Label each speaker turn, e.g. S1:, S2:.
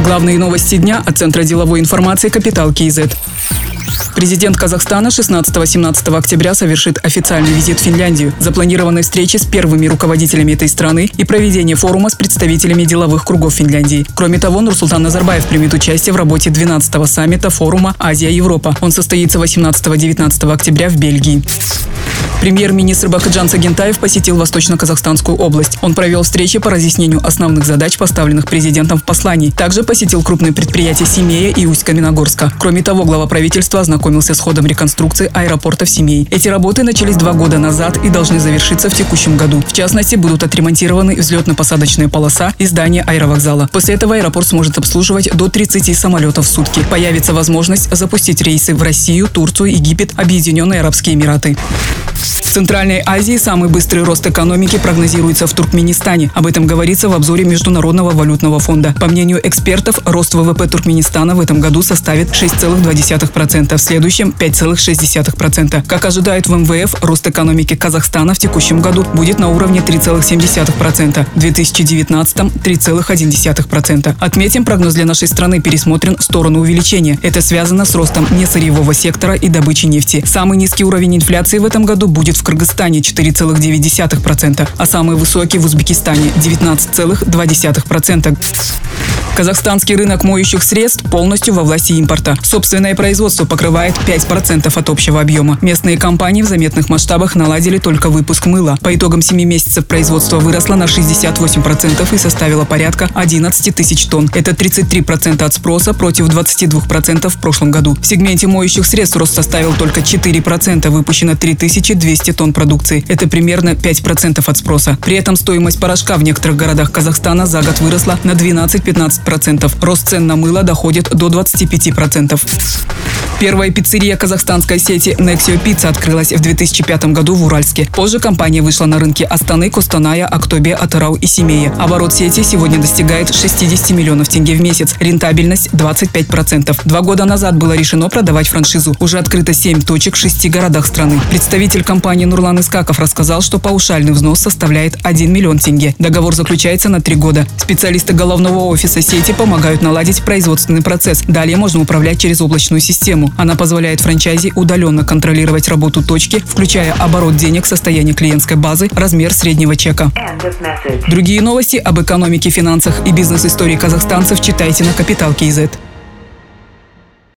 S1: Главные новости дня от Центра деловой информации «Капитал КИЗ». Президент Казахстана 16-17 октября совершит официальный визит в Финляндию. Запланированы встречи с первыми руководителями этой страны и проведение форума с представителями деловых кругов Финляндии. Кроме того, Нурсултан Назарбаев примет участие в работе 12-го саммита форума «Азия-Европа». Он состоится 18-19 октября в Бельгии. Премьер-министр Бакытжан Сагентаев посетил Восточно-Казахстанскую область. Он провел встречи по разъяснению основных задач, поставленных президентом в послании. Также посетил крупные предприятия Семея и Усть-Каменогорска. Кроме того, глава правительства ознакомился с ходом реконструкции аэропорта в Семее. Эти работы начались 2 года назад и должны завершиться в текущем году. В частности, будут отремонтированы взлетно-посадочная полоса и здание аэровокзала. После этого аэропорт сможет обслуживать до 30 самолетов в сутки. Появится возможность запустить рейсы в Россию, Турцию, Египет, Объединенные Арабские Эмираты. В Центральной Азии самый быстрый рост экономики прогнозируется в Туркменистане. Об этом говорится в обзоре Международного валютного фонда. По мнению экспертов, рост ВВП Туркменистана в этом году составит 6,2%, в следующем – 5,6%. Как ожидают в МВФ, рост экономики Казахстана в текущем году будет на уровне 3,7%, в 2019-м – 3,1%. Отметим, прогноз для нашей страны пересмотрен в сторону увеличения. Это связано с ростом несырьевого сектора и добычи нефти. Самый низкий уровень инфляции в этом году будет в Кыргызстане 4,9%, а самый высокий в Узбекистане 19,2%. Казахстанский рынок моющих средств полностью во власти импорта. Собственное производство покрывает 5% от общего объема. Местные компании в заметных масштабах наладили только выпуск мыла. По итогам 7 месяцев производство выросло на 68% и составило порядка 11 тысяч тонн. Это 33% от спроса против 22% в прошлом году. В сегменте моющих средств рост составил только 4%, выпущено 3200 тонн продукции. Это примерно 5% от спроса. При этом стоимость порошка в некоторых городах Казахстана за год выросла на 12-15%. Рост цен на мыло доходит до 25%. Первая пиццерия казахстанской сети Nexio Pizza открылась в 2005 году в Уральске. Позже компания вышла на рынки Астаны, Костаная, Актобе, Атырау и Семея. Оборот сети сегодня достигает 60 миллионов тенге в месяц. Рентабельность 25%. 2 года назад было решено продавать франшизу. Уже открыто 7 точек в 6 городах страны. Представитель компании Нурлан Искаков рассказал, что паушальный взнос составляет 1 миллион тенге. Договор заключается на 3 года. Специалисты головного офиса сети помогают наладить производственный процесс. Далее можно управлять через облачную систему. Она позволяет франчайзи удаленно контролировать работу точки, включая оборот денег, состояние клиентской базы, размер среднего чека. Другие новости об экономике, финансах и бизнес-истории казахстанцев читайте на Капитал КИЗ.